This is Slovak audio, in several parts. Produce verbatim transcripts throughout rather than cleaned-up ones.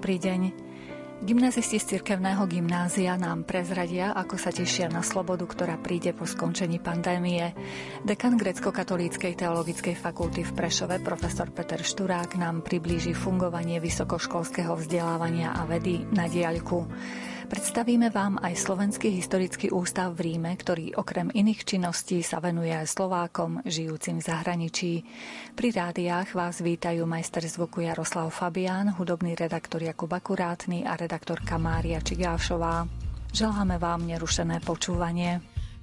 dobrý deň. Gymnázisti z cirkevného gymnázia nám prezradia, ako sa tešia na slobodu, ktorá príde po skončení pandémie. Dekan Grécko-katolíckej teologickej fakulty v Prešove, profesor Peter Šturák, nám priblíži fungovanie vysokoškolského vzdelávania a vedy na diaľku. Predstavíme vám aj Slovenský historický ústav v Ríme, ktorý okrem iných činností sa venuje aj Slovákom žijúcim v zahraničí. Pri rádiách vás vítajú majster zvuku Jaroslav Fabián, hudobný redaktor Jakub Akurátny a redaktorka Mária Čigášová. Želáme vám nerušené počúvanie.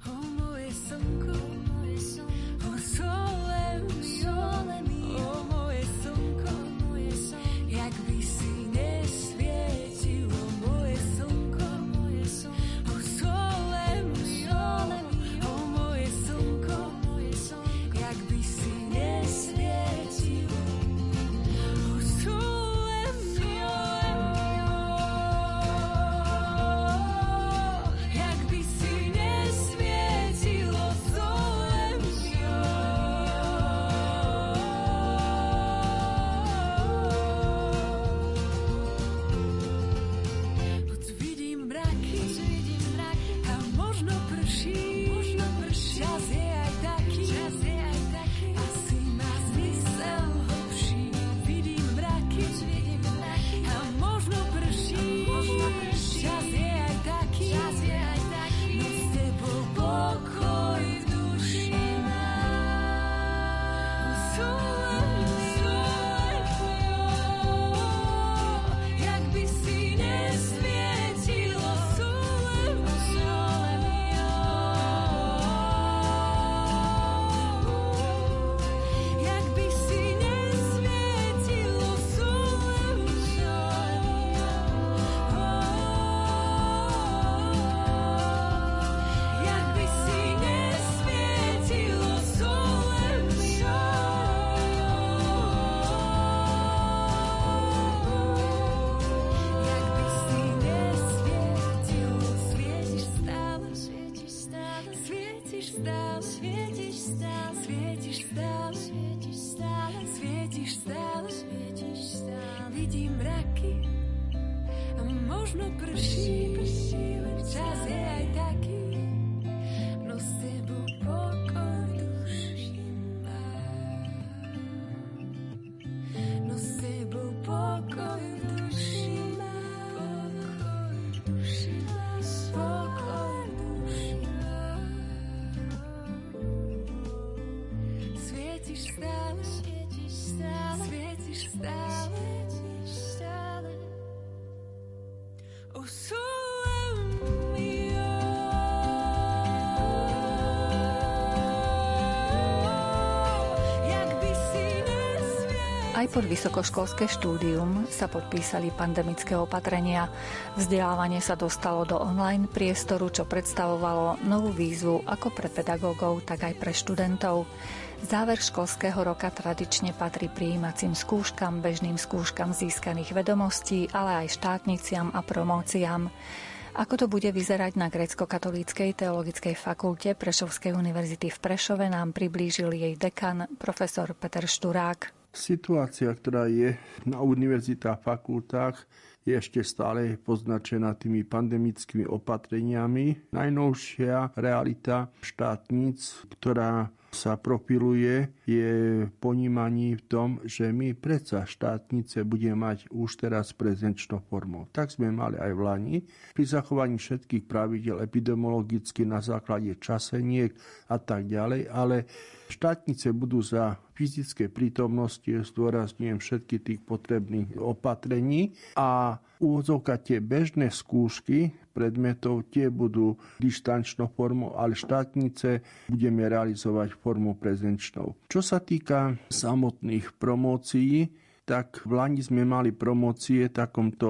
Aj pod vysokoškolské štúdium sa podpísali pandemické opatrenia. Vzdelávanie sa dostalo do online priestoru, čo predstavovalo novú výzvu ako pre pedagógov, tak aj pre študentov. Záver školského roka tradične patrí prijímacím skúškam, bežným skúškam získaných vedomostí, ale aj štátniciam a promóciám. Ako to bude vyzerať na Grécko-katolíckej teologickej fakulte Prešovskej univerzity v Prešove, nám priblížil jej dekan, profesor Peter Šturák. Situácia, ktorá je na univerzitách a fakultách, je ešte stále poznačená tými pandemickými opatreniami. Najnovšia realita štátnic, ktorá sa profiluje, je ponímaní v tom, že my predsa štátnice budeme mať už teraz prezenčnou formou. Tak sme mali aj v Lani, pri zachovaní všetkých pravidel epidemiologicky na základe časeniek a tak ďalej, ale štátnice budú za fyzické prítomnosti, zdôrazňujem všetky tých potrebných opatrení a úvodzovka tie bežné skúšky predmetov, tie budú dištančnou formou, ale štátnice budeme realizovať formou prezenčnou. Čo sa týka samotných promócií, tak v Lani sme mali promócie v takomto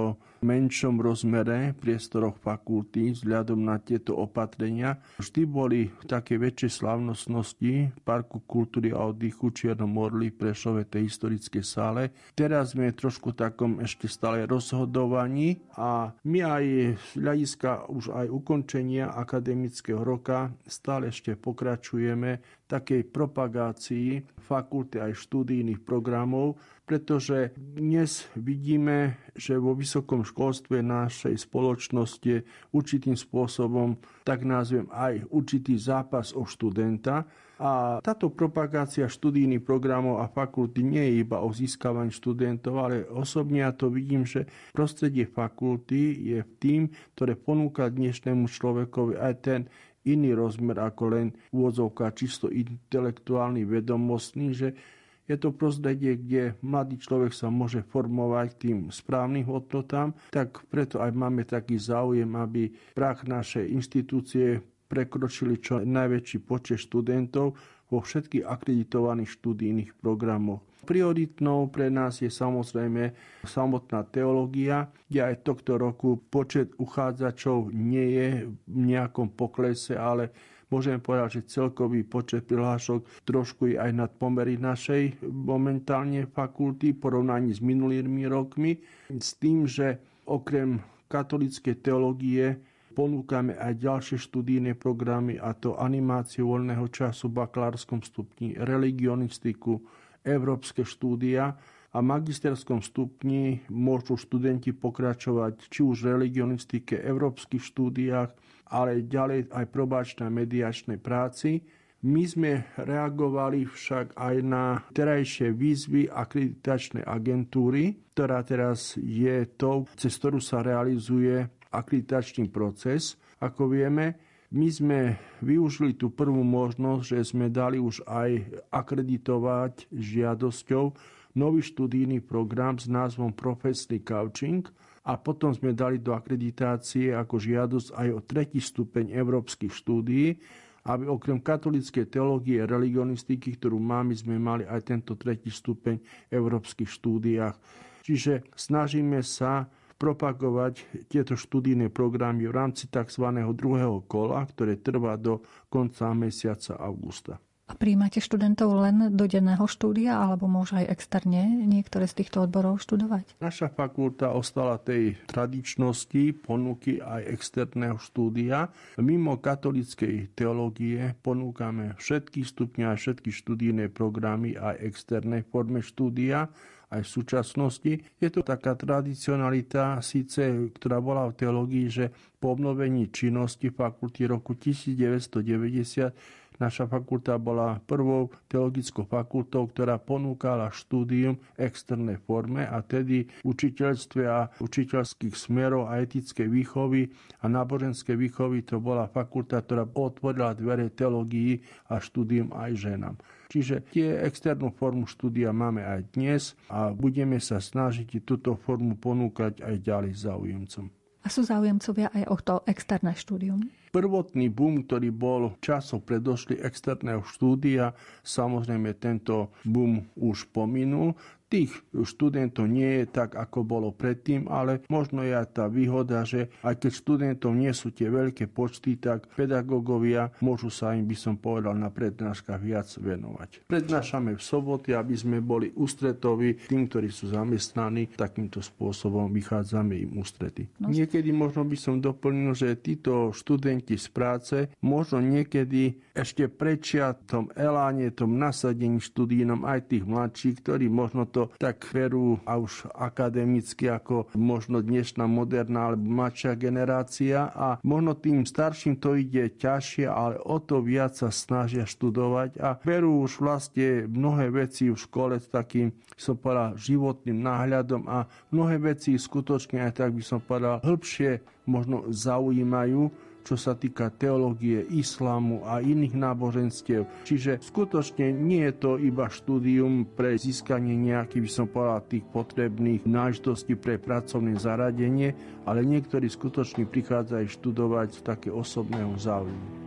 menšom rozmere priestoroch fakulty vzhľadom na tieto opatrenia. Vždy boli také väčšie slávnostnosti v Parku kultúry a oddychu Čiernom Orli v Prešove, tej historickej sále. Teraz sme trošku takom ešte stále rozhodovaní a my aj z hľadiska už aj ukončenia akademického roka stále ešte pokračujeme v takej propagácii fakulty aj študijných programov, pretože dnes vidíme, že vo vysokom školstve našej spoločnosti je určitým spôsobom, tak nazvem, aj určitý zápas o študenta. A táto propagácia študijných programov a fakulty nie je iba o získavaní študentov, ale osobne ja to vidím, že prostredie fakulty je v tým, ktoré ponúka dnešnému človekovi aj ten iný rozmer ako len úvodzovka čisto intelektuálny, vedomostný, že je to prostredie, kde mladý človek sa môže formovať tým správnym hodnotám, tak preto aj máme taký záujem, aby prach našej inštitúcie prekročili čo najväčší počet študentov vo všetkých akreditovaných študijných programoch. Prioritnou pre nás je samozrejme samotná teológia, kde aj tohto roku počet uchádzačov nie je v nejakom poklese, ale môžeme povedať, že celkový počet prihlášok trošku je aj nad pomery našej momentálne fakulty v porovnaní s minulými rokmi, s tým, že okrem katolíckej teológie ponúkame aj ďalšie študijné programy, a to animáciu voľného času v bakalárskom stupni, religionistiku, európske štúdia a v magisterskom stupni môžu študenti pokračovať či už v religionistike, európskych štúdiách, ale ďalej aj probačnej mediačnej práci. My sme reagovali však aj na terajšie výzvy akreditačnej agentúry, ktorá teraz je tou, cez ktorú sa realizuje akreditačný proces. Ako vieme, my sme využili tú prvú možnosť, že sme dali už aj akreditovať žiadosťou nový študijný program s názvom Profesný coaching a potom sme dali do akreditácie ako žiadosť aj o tretí stupeň európskych štúdií, aby okrem katolíckej teológie a religionistiky, ktorú máme, sme mali aj tento tretí stupeň v európskych štúdiách. Čiže snažíme sa propagovať tieto študijné programy v rámci tzv. Druhého kola, ktoré trvá do konca mesiaca augusta. A prijímate študentov len do denného štúdia, alebo môže aj externe niektoré z týchto odborov študovať? Naša fakulta ostala tej tradičnosti ponuky aj externého štúdia. Mimo katolíckej teológie ponúkame všetky stupne a všetky študijné programy aj externej forme štúdia. Aj v súčasnosti je to taká tradicionalita, síce, ktorá bola v teológii, že po obnovení činnosti fakulty roku devätnásťstodeväťdesiat naša fakulta bola prvou teologickou fakultou, ktorá ponúkala štúdium v externej forme, a tedy v učiteľstve a učiteľských smerov a etickej výchovy a náboženskej výchovy to bola fakulta, ktorá otvorila dvere teológii a štúdium aj ženám. Čiže tie externú formu štúdia máme aj dnes a budeme sa snažiť túto formu ponúkať aj ďalej záujemcom. A sú záujemcovia aj o to externé štúdium? Prvotný boom, ktorý bol časov predošli externého štúdia, samozrejme tento boom už pominul. Tých študentov nie je tak, ako bolo predtým, ale možno je aj tá výhoda, že aj keď študentov nie sú tie veľké počty, tak pedagógovia môžu sa im, by som povedal, na prednáškach viac venovať. Prednášame v soboty, aby sme boli ústretoví tým, ktorí sú zamestnaní. Takýmto spôsobom vychádzame im ústrety. No. Niekedy možno by som doplnil, že títo študenti z práce možno niekedy ešte prečia tom eláne, tom nasadení študijnom aj tých mladších, ktorí možno to tak berú a už akademicky ako možno dnešná moderná alebo mladšia generácia, a možno tým starším to ide ťažšie, ale o to viac sa snažia študovať a berú už vlastne mnohé veci v škole s takým, som povedal, životným náhľadom, a mnohé veci skutočne aj tak by som povedal hĺbšie možno zaujímajú, čo sa týka teológie, islámu a iných náboženstiev. Čiže skutočne nie je to iba štúdium pre získanie nejakých, by som povedal, tých potrebných náležitostí pre pracovné zaradenie, ale niektorí skutočne prichádzajú študovať z také osobného záujmu.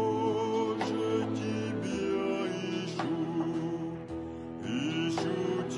Bože,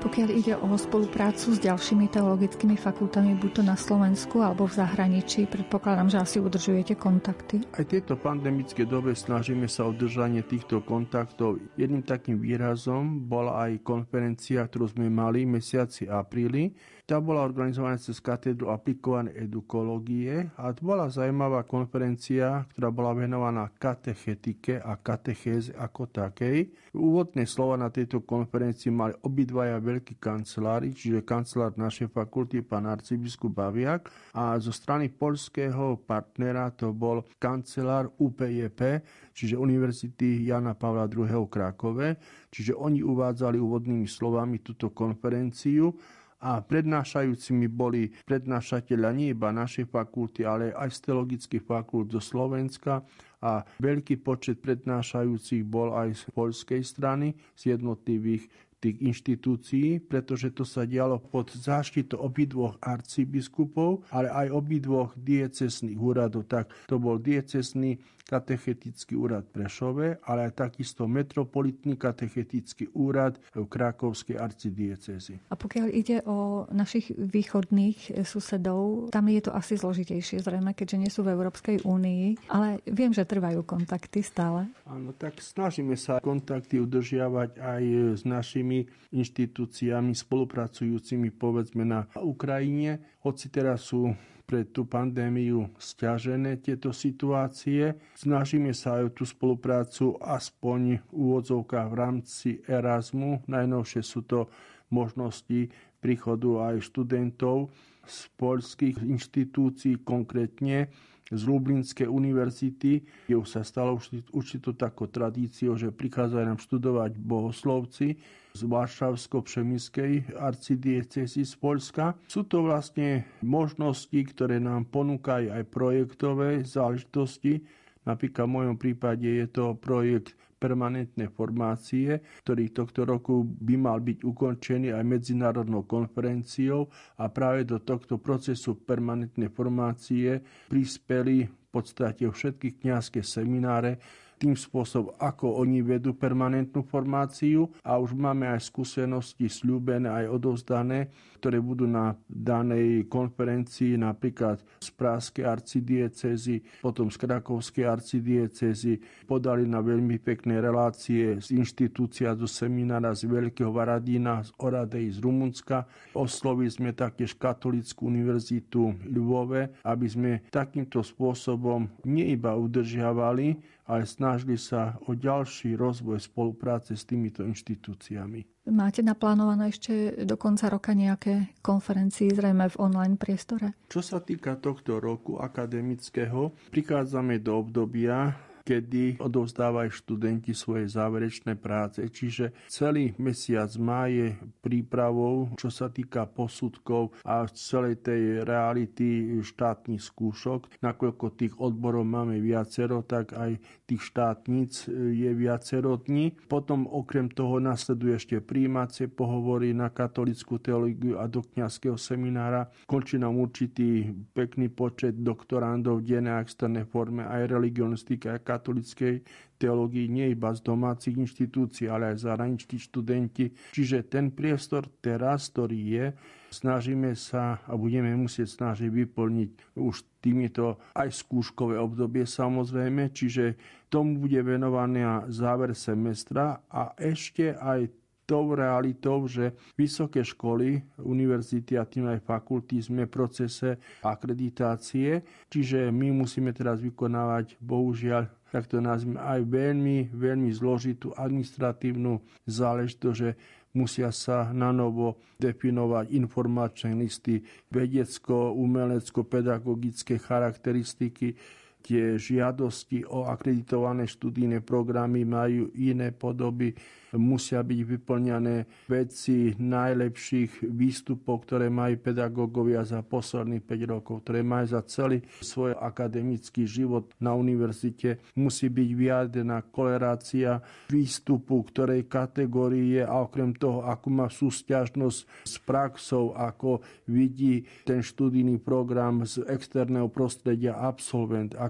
Pokiaľ ide o spoluprácu s ďalšími teologickými fakultami, buď to na Slovensku alebo v zahraničí, predpokladám, že asi udržujete kontakty. Aj v tejto pandemické dobe snažíme sa o udržanie týchto kontaktov. Jedným takým výrazom bola aj konferencia, ktorú sme mali v mesiaci apríli. Tá bola organizovaná cez katedru aplikovanej edukológie a to bola zaujímavá konferencia, ktorá bola venovaná katechetike a katechéze ako takej. Úvodné slova na tejto konferencii mali obidvaja veľkí kancelári, čiže kancelár našej fakulty, pán arcibiskup Baviak, a zo strany poľského partnera to bol kancelár U P J P, čiže Univerzity Jana Pavla druhého. v Krakove. Čiže oni uvádzali úvodnými slovami túto konferenciu a prednášajúcimi boli prednášatelia nie iba našej fakulty, ale aj z teologických fakult zo Slovenska a veľký počet prednášajúcich bol aj z poľskej strany, z jednotlivých tých inštitúcií, pretože to sa dialo pod záštitou obidvoch arcibiskupov, ale aj obidvoch diecesných úradov. Tak to bol diecesný katechetický úrad v Prešove, ale aj takisto metropolitný katechetický úrad v Krakovskej arcidiecézi. A pokiaľ ide o našich východných susedov, tam je to asi zložitejšie, zrejme, keďže nie sú v Európskej únii, ale viem, že trvajú kontakty stále. Áno, tak snažíme sa kontakty udržiavať aj s našimi inštitúciami spolupracujúcimi, povedzme, na Ukrajine, hoci teraz sú pre tú pandémiu sťažené tieto situácie. Snažíme sa aj o tú spoluprácu aspoň v úvodzovkách v rámci Erasmu. Najnovšie sú to možnosti príchodu aj študentov z poľských inštitúcií, konkrétne z Lublinskej univerzity, kde už sa stalo určitou takou tradíciou, že prichádzajú nám študovať bohoslovci z Varšavsko-Přemyskej arcidiecézy z Poľska. Sú to vlastne možnosti, ktoré nám ponúkajú aj projektové záležitosti. Napríklad v mojom prípade je to projekt permanentné formácie, ktorý tohto roku by mal byť ukončený aj medzinárodnou konferenciou a práve do tohto procesu permanentnej formácie prispeli v podstate všetky kňazské semináre tým spôsobom, ako oni vedú permanentnú formáciu a už máme aj skúsenosti sľúbené, aj odovzdané, ktoré budú na danej konferencii, napríklad z Pražskej arcidiecézy, potom z Krakovskej arcidiecézy. Podali na veľmi pekné relácie z inštitúcia, zo seminára z Veľkého Varadína, z Oradej, z Rumunska. Oslovili sme taktiež Katolícku univerzitu v Lvove, aby sme takýmto spôsobom nie iba udržiavali, ale snažili sa o ďalší rozvoj spolupráce s týmito inštitúciami. Máte naplánované ešte do konca roka nejaké konferencie, zrejme v online priestore? Čo sa týka tohto roku akademického, prichádzame do obdobia, kedy odovzdávajú študenti svoje záverečné práce. Čiže celý mesiac má je prípravou, čo sa týka posudkov a celej tej reality štátnych skúšok. Nakoľko tých odborov máme viacero, tak aj tých štátnic je viacero dní. Potom okrem toho nasleduje ešte prijímacie pohovory na katolícku teológiu a do kňazského seminára. Končí nám určitý pekný počet doktorandov v dennej a externej forme aj religionistiky, aj katolíckej teológii, nie iba z domácich inštitúcií, ale aj zahraniční študenti. Čiže ten priestor teraz, ktorý je, snažíme sa a budeme musieť snažiť vyplniť už týmito aj skúškové obdobie samozrejme, čiže tomu bude venovaný záver semestra a ešte aj tou realitou, že vysoké školy, univerzity a tým aj fakulty sme v procese akreditácie, čiže my musíme teraz vykonávať, bohužiaľ, tak to nazvime, aj veľmi, veľmi zložitú administratívnu záležitosť, že musia sa na novo definovať informačné listy, vedecko, umelecko, pedagogické charakteristiky. Tie žiadosti o akreditované študijné programy majú iné podoby, musia byť vyplňané veci najlepších výstupov, ktoré majú pedagógovia za posledných päť rokov, ktoré majú za celý svoj akademický život na univerzite. Musí byť vyjadrená kolerácia výstupu, ktorej kategórie a okrem toho, akú má súsťažnosť s praxou, ako vidí ten študijný program z externého prostredia absolvent, ak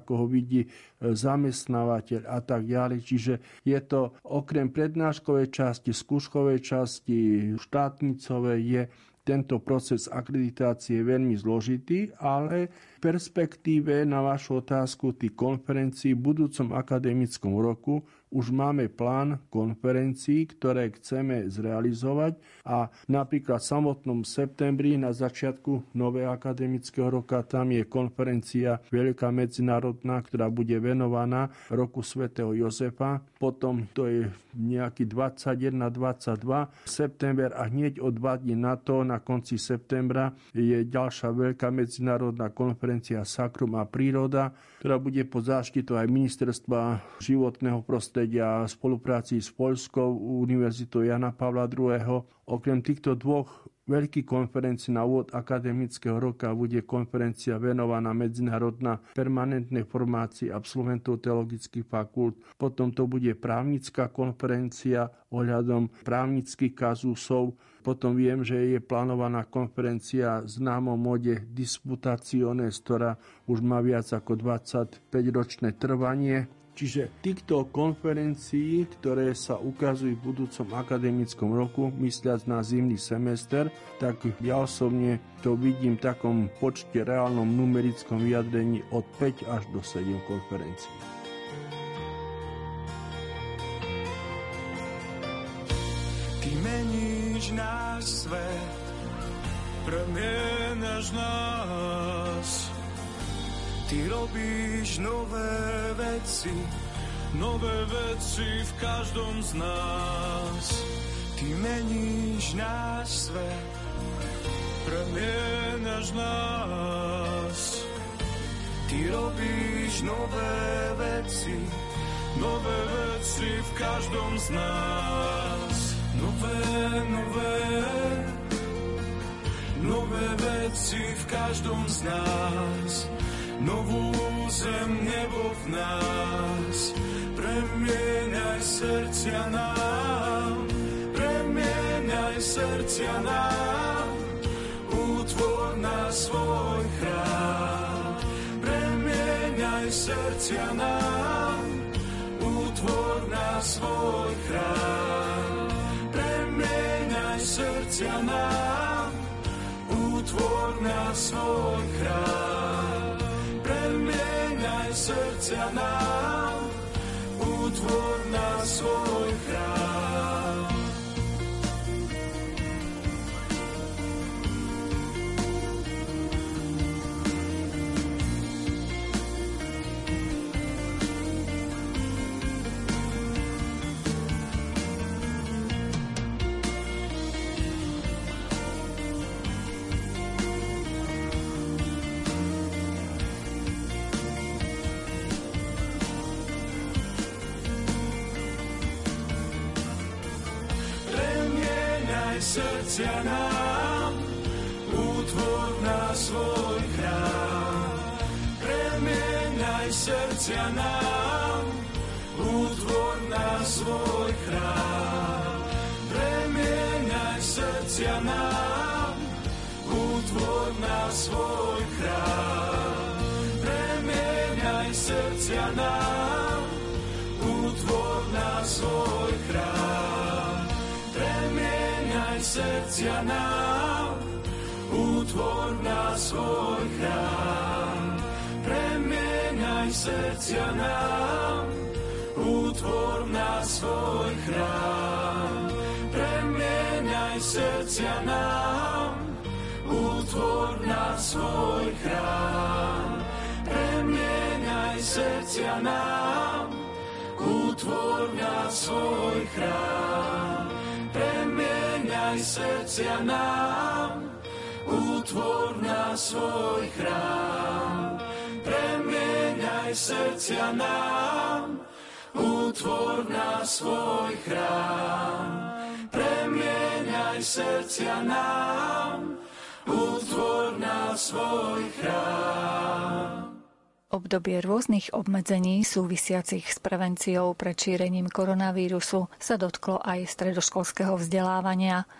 ako ho vidí zamestnávateľ a tak ďalej. Čiže je to okrem prednáškovej časti, skúškovej časti, štátnicovej, je tento proces akreditácie veľmi zložitý, ale v perspektíve na vašu otázku tých konferencií v budúcom akademickom roku už máme plán konferencií, ktoré chceme zrealizovať a napríklad v samotnom septembri na začiatku nového akademického roka tam je konferencia veľká medzinárodná, ktorá bude venovaná roku svätého Jozefa. Potom to je nejaký dvadsaťjeden dvadsaťdva september a hneď o dva dní na to, na konci septembra, je ďalšia veľká medzinárodná konferencia Sakrum a príroda, ktorá bude pod záštitou aj Ministerstva životného prostredia v spolupráci s Poľskou univerzitou Jana Pavla druhého. Okrem týchto dvoch veľkých konferencií na úvod akademického roka bude konferencia venovaná medzinárodná permanentnej formácii absolventov teologických fakult. Potom to bude právnická konferencia ohľadom právnických kazusov. Potom viem, že je plánovaná konferencia známom mode Disputationes, ktorá už má viac ako dvadsaťpäťročné trvanie. Čiže týchto konferencií, ktoré sa ukazujú v budúcom akademickom roku, mysliac na zimný semester, tak ja osobne to vidím v takom počte reálnom numerickom vyjadrení od päť až do sedem konferencií. Ty meníš náš svet, premienaš nás. Ty robíš nové veci, nové veci v každom z nás. Ty meníš náš svet, premienaš nás. Ty robíš nové veci, nové veci v každom z nás. Nové, nové, nové veci v každom z nás. Novú zem, nebo v nás. Premieňaj srdcia nám, premieňaj srdcia nám. Utvor na svoj chrám. Premieňaj srdcia nám, utvor na svoj chrám. Premieňaj srdcia nám, utvor na svoj chrám. Premieňaj srdcia nám, utvor na svoj chrám. Srdcia nám, utvor na svoj chrám. Premieňaj srdcia nám, utvor na svoj chrám. Premieňaj srdcia nám, utvor na svoj chrám. Premieňaj srdcia nám, utvor na svoj chrám. Premieňaj srdcia nám, utvor na svoj chrám. Premieňaj srdcia nám, utvor na svoj chrám. Premieňaj srdcia nám, utvor na svoj chrám. Premieňaj srdcia nám, utvor na svoj chrám. Premieňaj srdcia nám, utvor na svoj chrám. Premieňaj srdcia nám, utvor na svoj chrám. Premieňaj srdcia nám, utvor na svoj chrám. Obdobie rôznych obmedzení súvisiacich s prevenciou pred šírením koronavírusu sa dotklo aj stredoškolského vzdelávania.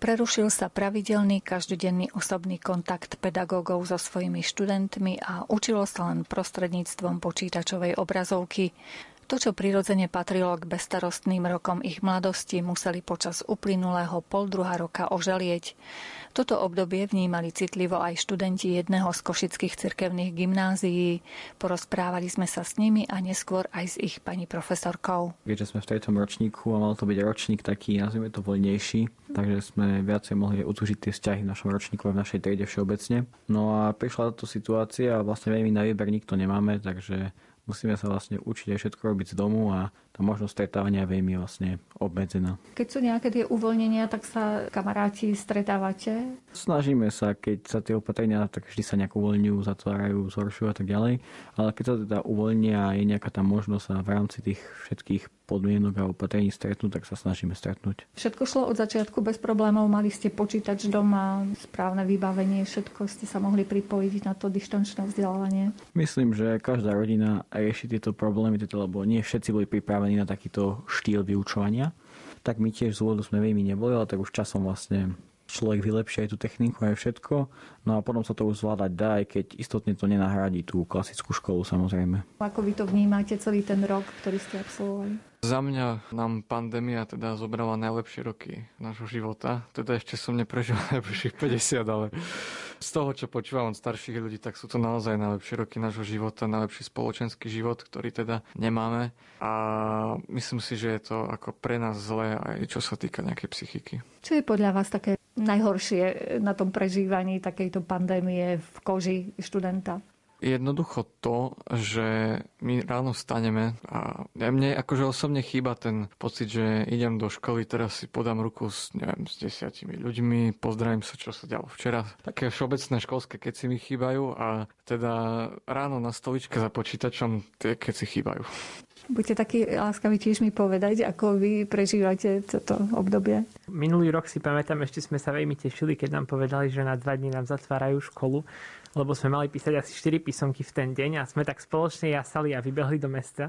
Prerušil sa pravidelný každodenný osobný kontakt pedagógov so svojimi študentmi a učilo sa len prostredníctvom počítačovej obrazovky. To, čo prirodzene patrilo k bezstarostným rokom ich mladosti, museli počas uplynulého poldruha roka oželieť. Toto obdobie vnímali citlivo aj študenti jedného z košických cirkevných gymnázií. Porozprávali sme sa s nimi a neskôr aj s ich pani profesorkou. Keďže sme v treťom ročníku a mal to byť ročník taký, nazvime to voľnejší, takže sme viacej mohli utúžiť tie vzťahy v našom ročníku a v našej triede všeobecne. No a prišla táto situácia a vlastne veľmi na výber nikto nemáme, takže musíme sa vlastne učiť aj všetko robiť z domu a tá možnosť stretávania je veľmi vlastne obmedzená. Keď sú nejaké tie uvoľnenia, tak sa kamaráti stretávate? Snažíme sa, keď sa tie opatrenia tak vždy sa nejak uvoľňujú, zatvárajú, zhoršujú a tak ďalej, ale keď sa teda uvoľnia a je nejaká tá možnosť a v rámci tých všetkých podmienok a opatrení stretnúť, tak sa snažíme stretnúť. Všetko šlo od začiatku bez problémov, mali ste počítač doma, správne vybavenie, všetko ste sa mohli pripojiť na to dištančné vzdelávanie? Myslím, že každá rodina rieši tieto problémy, lebo nie všetci boli pripravení na takýto štýl vyučovania. Tak my tiež z úvodu sme veľmi neboli, ale tak už časom vlastne človek vylepší aj tú techniku, aj všetko. No a potom sa to už zvládať dá, aj keď istotne to nenahradí tú klasickú školu, samozrejme. Ako vy to vnímate celý ten rok, ktorý ste absolvovali? Za mňa nám pandémia teda zobrala najlepšie roky nášho života. Teda ešte som neprežil najbližších päťdesiat, ale z toho, čo počúvam od starších ľudí, tak sú to naozaj najlepšie roky nášho života, najlepší spoločenský život, ktorý teda nemáme. A myslím si, že je to ako pre nás zlé, aj čo sa týka nejakej psychiky. Čo je podľa vás také najhoršie na tom prežívaní takejto pandémie v koži študenta? Jednoducho to, že my ráno staneme a mne akože osobne chýba ten pocit, že idem do školy, teraz si podám ruku s, neviem, s desiatimi ľuďmi, pozdravím sa, čo sa dialo včera. Také všeobecné školské keci mi chýbajú a teda ráno na stoličke za počítačom tie keci chýbajú. Buďte takí láskaví tiež mi povedať, ako vy prežívate toto obdobie. Minulý rok si pamätám, ešte sme sa veľmi tešili, keď nám povedali, že na dva dní nám zatvárajú školu, lebo sme mali písať asi štyri písomky v ten deň a sme tak spoločne jasali a vybehli do mesta.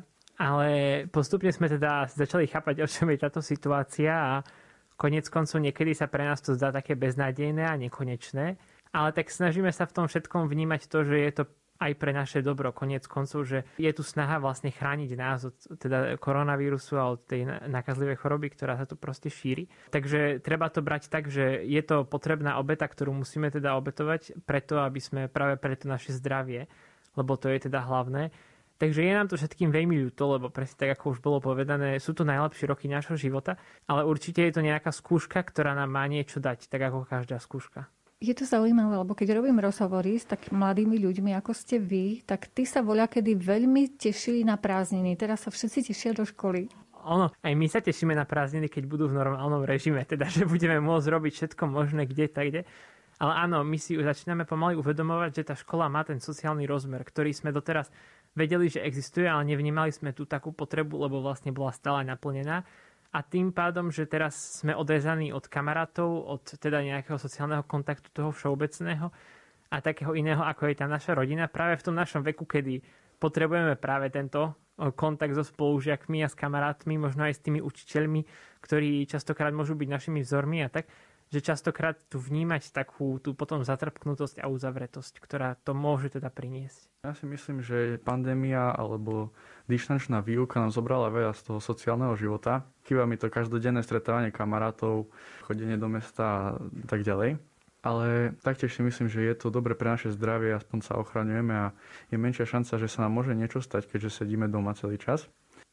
Ale postupne sme teda začali chápať, o čom je táto situácia a koniec koncov niekedy sa pre nás to zdá také beznádejné a nekonečné. Ale tak snažíme sa v tom všetkom vnímať to, že je to aj pre naše dobro, koniec koncov, že je tu snaha vlastne chrániť nás od teda koronavírusu a od tej nakazlivej choroby, ktorá sa tu proste šíri. Takže treba to brať tak, že je to potrebná obeta, ktorú musíme teda obetovať preto, aby sme práve pre to naše zdravie, lebo to je teda hlavné. Takže je nám to všetkým veľmi ľúto, lebo presne tak, ako už bolo povedané, sú to najlepšie roky nášho života, ale určite je to nejaká skúška, ktorá nám má niečo dať, tak ako každá skúška. Je to zaujímavé, lebo keď robím rozhovory s tak mladými ľuďmi, ako ste vy, tak tí sa voľakedy veľmi tešili na prázdniny. Teraz sa všetci tešia do školy. Ono, aj my sa tešíme na prázdniny, keď budú v normálnom režime, teda že budeme môcť robiť všetko možné, kde, tak kde. Ale áno, my si už začíname pomaly uvedomovať, že tá škola má ten sociálny rozmer, ktorý sme doteraz vedeli, že existuje, ale nevnímali sme tú takú potrebu, lebo vlastne bola stále naplnená. A tým pádom, že teraz sme odrezaní od kamarátov, od teda nejakého sociálneho kontaktu toho všeobecného a takého iného, ako je tá naša rodina, práve v tom našom veku, kedy potrebujeme práve tento kontakt so spolužiakmi a s kamarátmi, možno aj s tými učiteľmi, ktorí častokrát môžu byť našimi vzormi a tak, že častokrát tu vnímať takú tú potom zatrpknutosť a uzavretosť, ktorá to môže teda priniesť. Ja si myslím, že pandémia alebo dištančná výuka nám zobrala veľa z toho sociálneho života. Chýba mi to každodenné stretávanie kamarátov, chodenie do mesta a tak ďalej. Ale taktiež si myslím, že je to dobre pre naše zdravie, aspoň sa ochraňujeme a je menšia šanca, že sa nám môže niečo stať, keďže sedíme doma celý čas.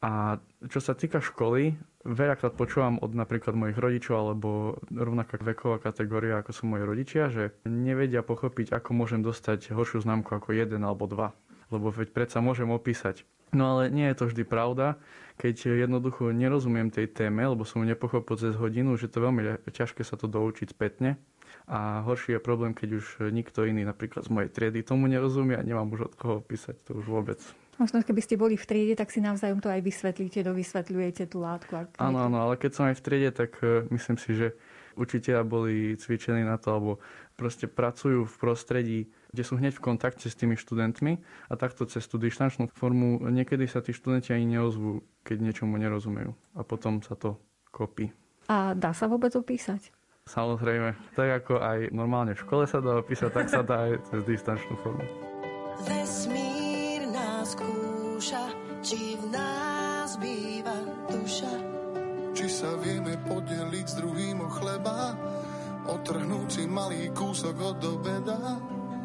A čo sa týka školy, veľakrát počúvam od napríklad mojich rodičov alebo rovnaká veková kategória, ako sú moji rodičia, že nevedia pochopiť, ako môžem dostať horšiu známku ako jeden alebo dva. Lebo veď predsa môžem opísať. No ale nie je to vždy pravda, keď jednoducho nerozumiem tej téme, lebo som ju nepochopil cez hodinu, že to je veľmi ťažké sa to doučiť spätne. A horší je problém, keď už nikto iný, napríklad z mojej triedy, tomu nerozumie a nemám už od koho opísať, to už vôbec. Možno, keby ste boli v triede, tak si navzájom to aj vysvetlíte, dovysvetľujete tú látku. Áno, áno, ale keď som aj v triede, tak uh, myslím si, že učitelia boli cvičení na to, alebo proste pracujú v prostredí, kde sú hneď v kontakte s tými študentmi a takto cez tú dištančnú formu niekedy sa tí študenti ani neozvú, keď niečomu nerozumejú. A potom sa to kopí. A dá sa vôbec opísať? Samozrejme, tak ako aj normálne v škole sa dá opísať, tak sa dá aj cez distančnú formu. Vesmír nás skúša, či v nás býva duša. Či sa vieme podeliť s druhým o chleba, otrhnúť si malý kúsok od obeda.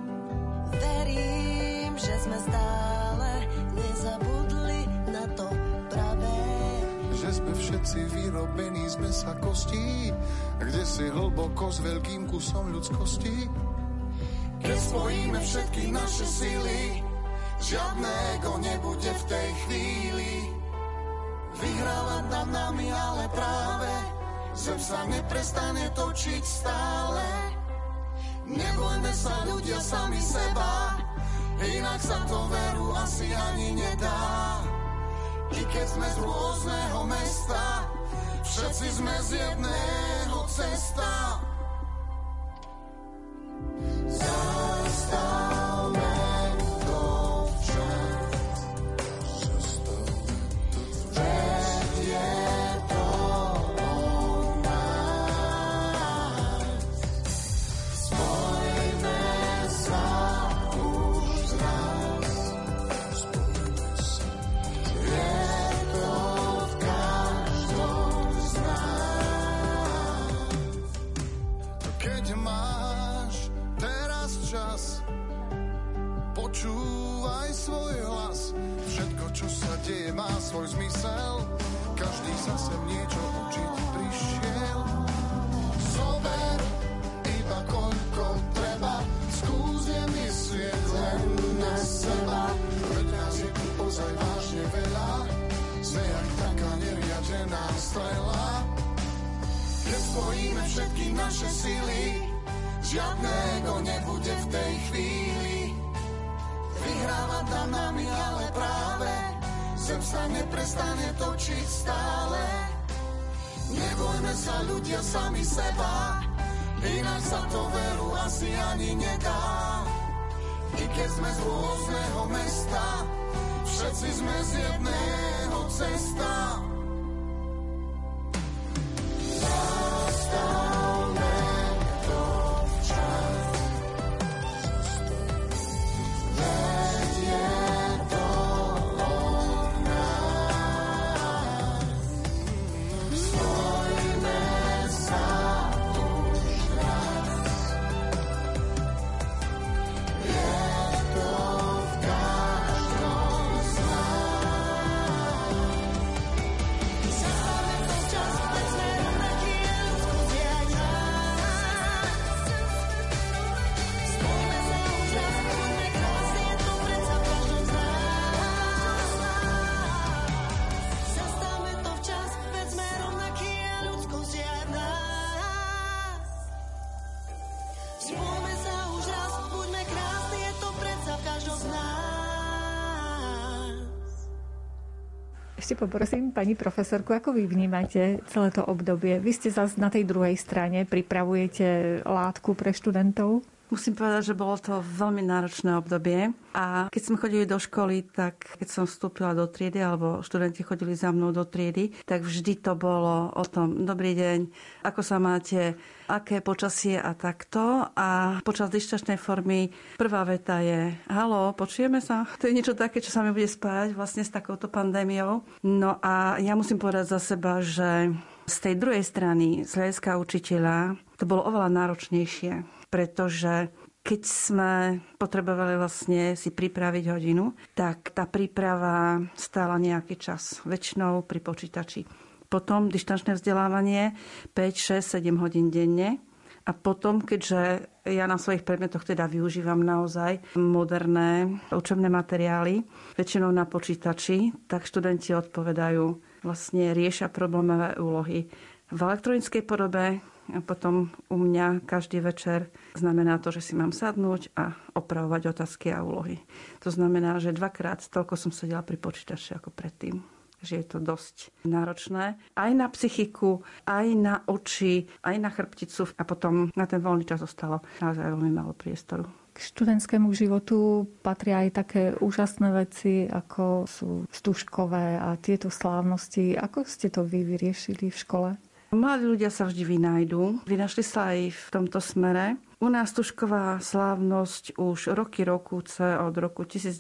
Verím, že sme stále nezabudli na to pravé. Že sme všetci vyrobení z mesa kostí, kde si hlboko s veľkým kusom ľudskosti. Keď spojíme všetky naše síly, žiadne ego nebude v tej chvíli vyhrávať nad nami, ale práve zem sa neprestane točiť stále. Nebojme sa ľudia sami seba, inak sa to veru asi ani nedá. I keď sme z rôzneho mesta, všetci sme z jedného cesta. Zastavme to včas, veď je to o nás. Spojme sa už raz, je to v každom z nás. Keď máš teraz čas, počúvaj svoj hlas. Všetko, čo sa deje, má svoj zmysel. Každý sa sem niečo učiť prišiel. Zober iba koľko treba, skús nemyslieť len na seba. Veď nás je tu ozaj vážne veľa, sme jak taká neriadená strela. Keď spojíme všetky naše sily, žiadne ego nebude v tej chvíli vyhrávať nad nami, ale práve zem sa neprestane točiť stále. Nebojme sa ľudia sami seba, inak sa to veru asi ani nedá. I keď sme z rôzneho mesta, všetci sme z jedného cesta. Zastavme to včas, veď je to o nás. Spojme sa už raz, je to v každom z nás. Zastavme to včas, veď sme rovnakí a ľudskosť je aj v nás. Spojme sa už raz, buďme krásni, je to predsa v každom z nás. Zastavme to včas, veď sme rovnakí a ľudskosť je aj v nás. Spojme sa už raz, buďme krásni, je to predsa v každom z nás. Ešte poprosím pani profesorku, ako vy vnímate celé to obdobie? Vy ste zase na tej druhej strane, pripravujete látku pre študentov? Musím povedať, že bolo to veľmi náročné obdobie a keď sme chodili do školy, tak keď som vstúpila do triedy alebo študenti chodili za mnou do triedy, tak vždy to bolo o tom dobrý deň, ako sa máte, aké počasie a takto. A počas dištačnej formy prvá veta je haló, počujeme sa? To je niečo také, čo sa mi bude spájať vlastne s takouto pandémiou. No a ja musím povedať za seba, že z tej druhej strany, z hľadiska učiteľa, to bolo oveľa náročnejšie. Pretože keď sme potrebovali vlastne si pripraviť hodinu, tak tá príprava stála nejaký čas, väčšinou pri počítači. Potom dištančné vzdelávanie päť, šesť, sedem hodín denne. A potom, keďže ja na svojich predmetoch teda využívam naozaj moderné učebné materiály, väčšinou na počítači, tak študenti odpovedajú, vlastne riešia problémové úlohy v elektronickej podobe. A potom u mňa každý večer znamená to, že si mám sadnúť a opravovať otázky a úlohy. To znamená, že dvakrát toľko som sedela pri počítači ako predtým. Že je to dosť náročné. Aj na psychiku, aj na oči, aj na chrbticu. A potom na ten voľný čas zostalo naozaj veľmi málo priestoru. K študentskému životu patria aj také úžasné veci, ako sú stužkové a tieto slávnosti. Ako ste to vy vyriešili v škole? Mladí ľudia sa vždy vynájdú. Vynašli sa aj v tomto smere. U nás tužková slávnosť už roky rokúce od roku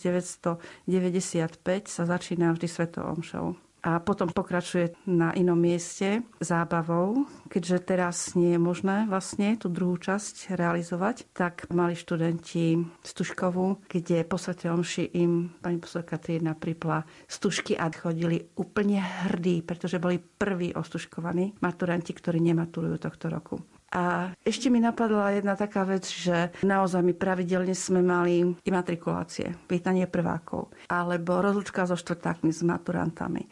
devätnásťstodeväťdesiatpäť sa začína vždy svetou omšou. A potom pokračuje na inom mieste zábavou. Keďže teraz nie je možné vlastne tú druhú časť realizovať, tak mali študenti Stužkovú, kde po svätej omši im pani profesorka Triedna pripla stužky a chodili úplne hrdí, pretože boli prví ostužkovaní maturanti, ktorí nematurujú tohto roku. A ešte mi napadla jedna taká vec, že naozaj my pravidelne sme mali imatrikulácie, vítanie prvákov, alebo rozlúčka so štvrtákmi, s maturantami,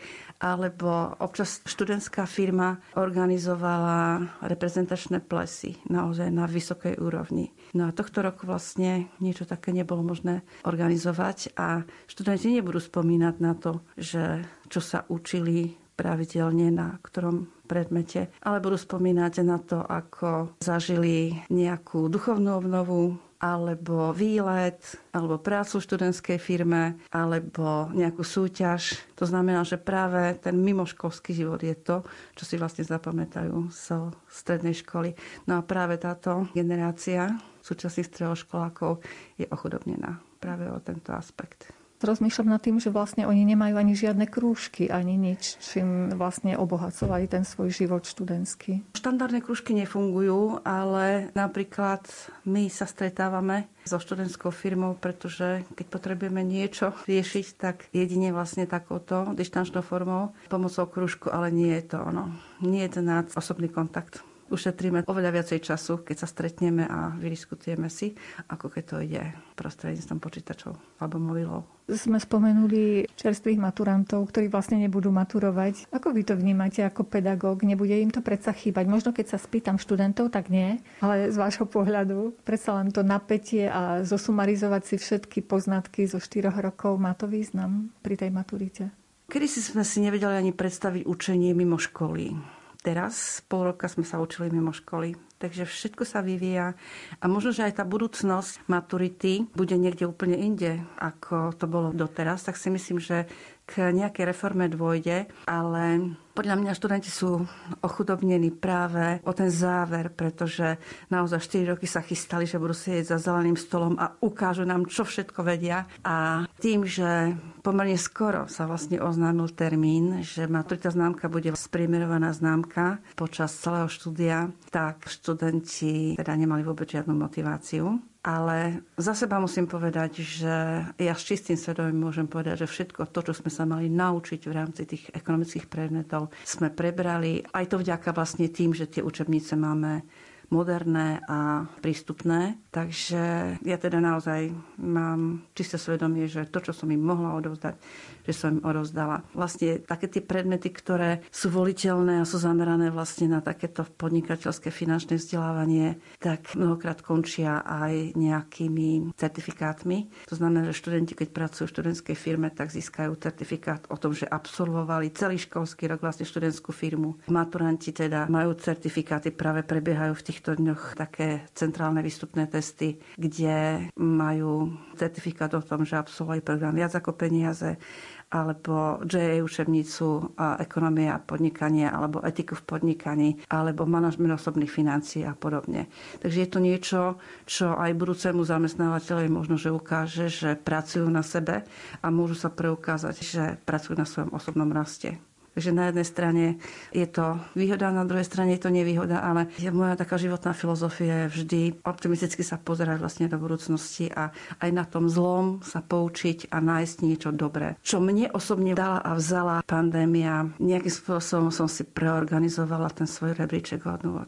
alebo občas študentská firma organizovala reprezentačné plesy, naozaj na vysokej úrovni. No a tohto roku vlastne niečo také nebolo možné organizovať a študenti nebudú spomínať na to, že čo sa učili pravidelne na ktorom predmete, ale budú spomínať na to, ako zažili nejakú duchovnú obnovu, alebo výlet, alebo prácu v študentskej firme, alebo nejakú súťaž. To znamená, že práve ten mimoškolský život je to, čo si vlastne zapamätajú zo strednej školy. No a práve táto generácia súčasných stredoškolákov je ochudobnená práve o tento aspekt. Rozmýšľam nad tým, že vlastne oni nemajú ani žiadne krúžky, ani nič, čím vlastne obohacovali ten svoj život študentský. Štandardné krúžky nefungujú, ale napríklad my sa stretávame so študentskou firmou, pretože keď potrebujeme niečo riešiť, tak jedine vlastne takouto dištančnou formou, pomocou krúžku, ale nie je to ono. Nie je to na osobný kontakt. Ušetríme oveľa viacej času, keď sa stretneme a vydiskutujeme si, ako keď to ide prostredníctvom počítačov alebo mobilov. Sme spomenuli čerstvých maturantov, ktorí vlastne nebudú maturovať. Ako vy to vnímate ako pedagóg? Nebude im to predsa chýbať? Možno keď sa spýtam študentov, tak nie. Ale z vášho pohľadu predsa len to napätie a zosumarizovať si všetky poznatky zo štyroch rokov, má to význam pri tej maturite? Kedysi sme si nevedeli ani predstaviť učenie mimo školy. Teraz pol roka sme sa učili mimo školy, takže všetko sa vyvíja a možno, že aj tá budúcnosť maturity bude niekde úplne inde, ako to bolo doteraz, tak si myslím, že k nejakej reforme dôjde, ale podľa mňa študenti sú ochudobnení práve o ten záver, pretože naozaj štyri roky sa chystali, že budú sedieť za zeleným stolom a ukážu nám, čo všetko vedia. A tým, že pomerne skoro sa vlastne oznámil termín, že maturitná známka bude spriemerovaná známka počas celého štúdia, tak študenti teda nemali vôbec žiadnu motiváciu. Ale za seba musím povedať, že ja s čistým svedomím môžem povedať, že všetko to, čo sme sa mali naučiť v rámci tých ekonomických predmetov, sme prebrali. Aj to vďaka vlastne tým, že tie učebnice máme moderné a prístupné. Takže ja teda naozaj mám čisté svedomie, že to, čo som im mohla odovzdať, že som im odovzdala. Vlastne také tie predmety, ktoré sú voliteľné a sú zamerané vlastne na takéto podnikateľské finančné vzdelávanie, tak mnohokrát končia aj nejakými certifikátmi. To znamená, že študenti, keď pracujú v študentskej firme, tak získajú certifikát o tom, že absolvovali celý školský rok vlastne študentskú firmu. Maturanti teda majú certifikáty, práve prebiehajú v týchto dňoch také centrálne výstupné testy, kde majú certifikát o tom, že absolvovali program Viac ako peniaze, alebo džé á učebnicu a ekonomia a podnikanie, alebo etiku v podnikaní, alebo manažment osobných financií a podobne. Takže je to niečo, čo aj budúcemu zamestnávateľovi možno, že ukáže, že pracujú na sebe a môžu sa preukázať, že pracujú na svojom osobnom raste. Takže na jednej strane je to výhoda, na druhej strane je to nevýhoda, ale moja taká životná filozofia je vždy optimisticky sa pozerať vlastne do budúcnosti a aj na tom zlom sa poučiť a nájsť niečo dobré. Čo mne osobne dala a vzala pandémia, nejakým spôsobom som si preorganizovala ten svoj rebríček hodnôt.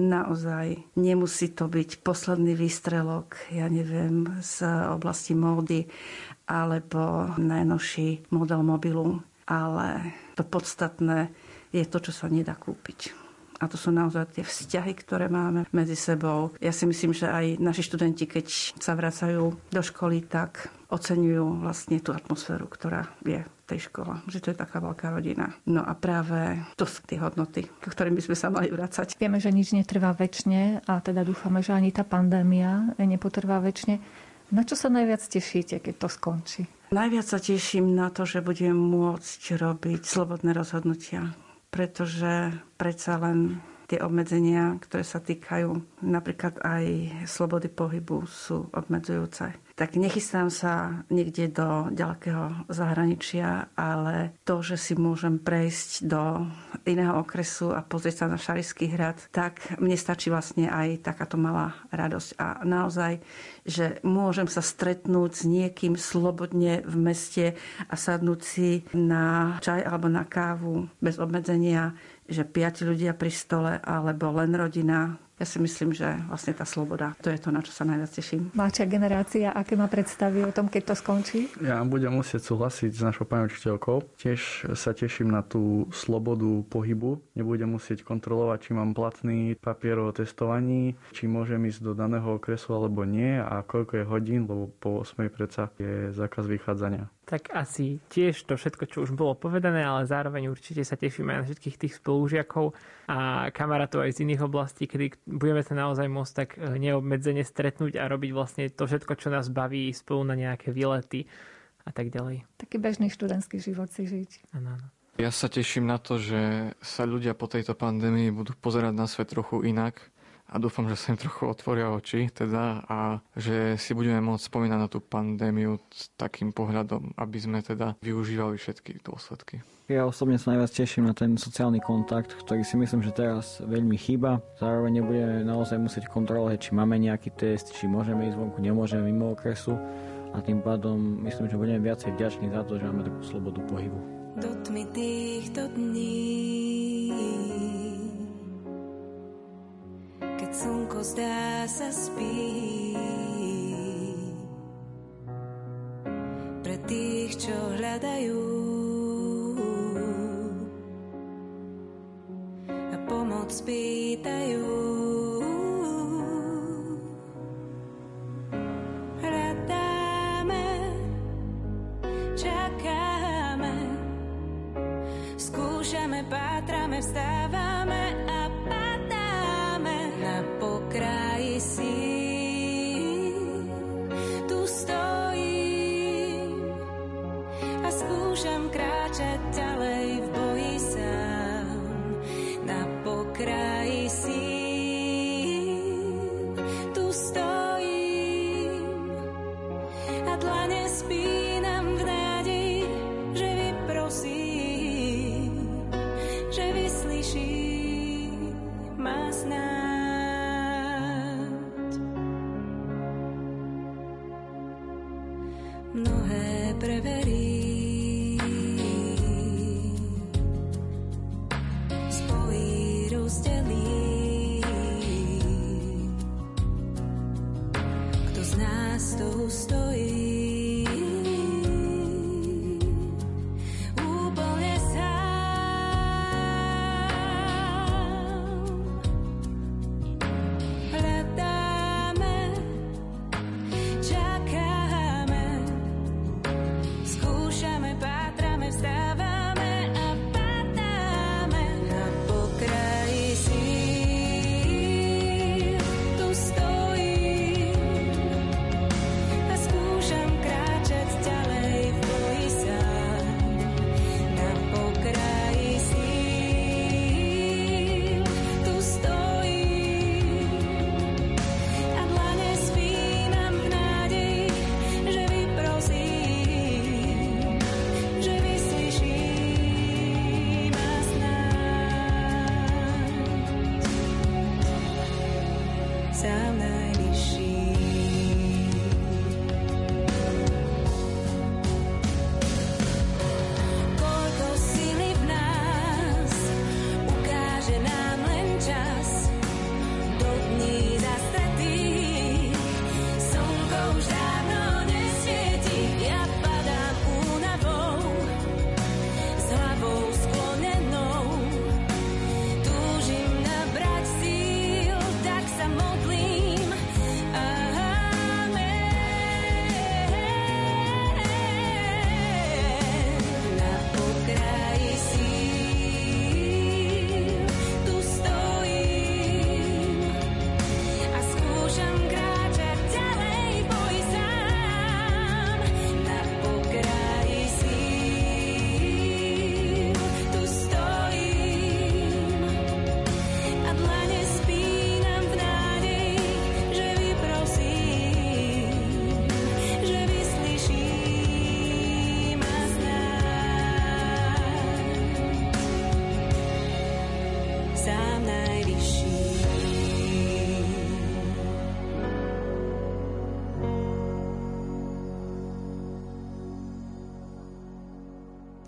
Naozaj nemusí to byť posledný výstrelok, ja neviem, z oblasti módy alebo najnovší model mobilu. Ale to podstatné je to, čo sa nedá kúpiť. A to sú naozaj tie vzťahy, ktoré máme medzi sebou. Ja si myslím, že aj naši študenti, keď sa vracajú do školy, tak oceňujú vlastne tú atmosféru, ktorá je v tej škole. Že to je taká veľká rodina. No a práve to sú tie hodnoty, k ktorým by sme sa mali vracať. Vieme, že nič netrvá večne a teda dúfame, že ani tá pandémia nepotrvá večne. Na čo sa najviac tešíte, keď to skončí? Najviac sa teším na to, že budem môcť robiť slobodné rozhodnutia. pretože predsa len tie obmedzenia, ktoré sa týkajú napríklad aj slobody pohybu, sú obmedzujúce. Tak nechystám sa niekde do ďalekého zahraničia, ale to, že si môžem prejsť do iného okresu a pozrieť sa na Šarišský hrad, tak mne stačí vlastne aj takáto malá radosť. A naozaj, že môžem sa stretnúť s niekým slobodne v meste a sadnúť si na čaj alebo na kávu bez obmedzenia, že piati ľudia pri stole alebo len rodina. Ja si myslím, že vlastne tá sloboda, to je to, na čo sa najviac teším. Máča generácia, aké má predstavy o tom, keď to skončí? Ja budem musieť súhlasiť s našou pani učiteľkou. Tiež sa teším na tú slobodu pohybu. Nebudem musieť kontrolovať, či mám platný papier o testovaní, či môžem ísť do daného okresu alebo nie a koľko je hodín, lebo po ôsmej predsa je zákaz vychádzania. Tak asi tiež to všetko, čo už bolo povedané, ale zároveň určite sa tešíme aj na všetkých tých spolužiakov a kamarátov aj z iných oblastí, kedy budeme sa naozaj môcť tak neobmedzene stretnúť a robiť vlastne to všetko, čo nás baví, spolu na nejaké výlety a tak ďalej. Taký bežný študentský život si žiť. Áno, áno. Ja sa teším na to, že sa ľudia po tejto pandémii budú pozerať na svet trochu inak. A dúfam, že sa im trochu otvoria oči teda a že si budeme môcť spomínať na tú pandémiu s takým pohľadom, aby sme teda využívali všetky dôsledky. Ja osobne sa najviac teším na ten sociálny kontakt, ktorý si myslím, že teraz veľmi chýba. Zároveň nebudeme naozaj musieť kontrolovať, či máme nejaký test, či môžeme ísť vonku, nemôžeme mimo okresu. A tým pádom myslím, že budeme viacej vďační za to, že máme takú slobodu pohybu. Do tmy týchto dní, keď slnko zdá sa spí, pre tých, čo hľadajú a pomoc pýtajú. Hľadáme, čakáme, skúšame, pátrame, vstávame a padáme na pokraji síl. Tu stojím a skúšam kráčať ďalej v boji sám. Na pokraji síl. Tu stojím a dlane spínam v nádeji, že vyprosím, že vyslyší ma snáď. Mnohé preverí, spojí, rozdelí. Kto z nás to ustojí? Úplne sám. Hľadáme, čakáme, skúšame, pátrame, vstávame a padáme na pokraji síl. Tu stojím a skúšam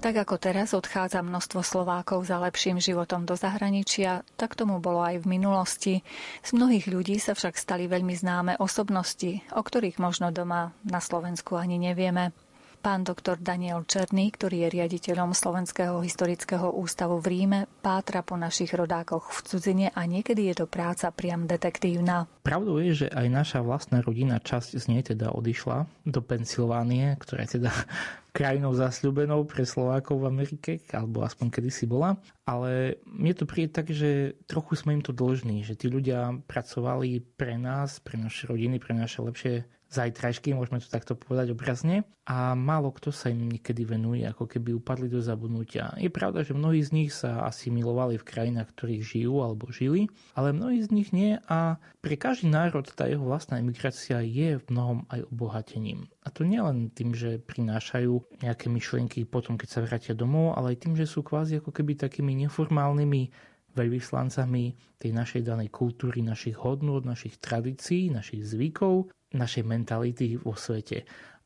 Tak ako teraz odchádza množstvo Slovákov za lepším životom do zahraničia, tak tomu bolo aj v minulosti. Z mnohých ľudí sa však stali veľmi známe osobnosti, o ktorých možno doma na Slovensku ani nevieme. Pán doktor Daniel Černý, ktorý je riaditeľom Slovenského historického ústavu v Ríme, pátra po našich rodákoch v cudzine a niekedy je to práca priam detektívna. Pravdou je, že aj naša vlastná rodina, časť z nej teda odišla do Pensylvánie, ktorá je teda krajinou zasľúbenou pre Slovákov v Amerike, alebo aspoň kedysi bola. Ale mne to príde tak, že trochu sme im to dlžní, že tí ľudia pracovali pre nás, pre naše rodiny, pre naše lepšie zajtrajšky, môžeme to takto povedať obrazne, a málo kto sa im niekedy venuje, ako keby upadli do zabudnutia. Je pravda, že mnohí z nich sa asimilovali v krajinách, v ktorých žijú alebo žili, ale mnohí z nich nie a pre každý národ tá jeho vlastná emigrácia je v mnohom aj obohatením. A to nie len tým, že prinášajú nejaké myšlienky potom, keď sa vrátia domov, ale aj tým, že sú kvázi ako keby takými neformálnymi veľvyslancami tej našej danej kultúry, našich hodnôt, našich tradícií, našich zvykov, našej mentality vo svete.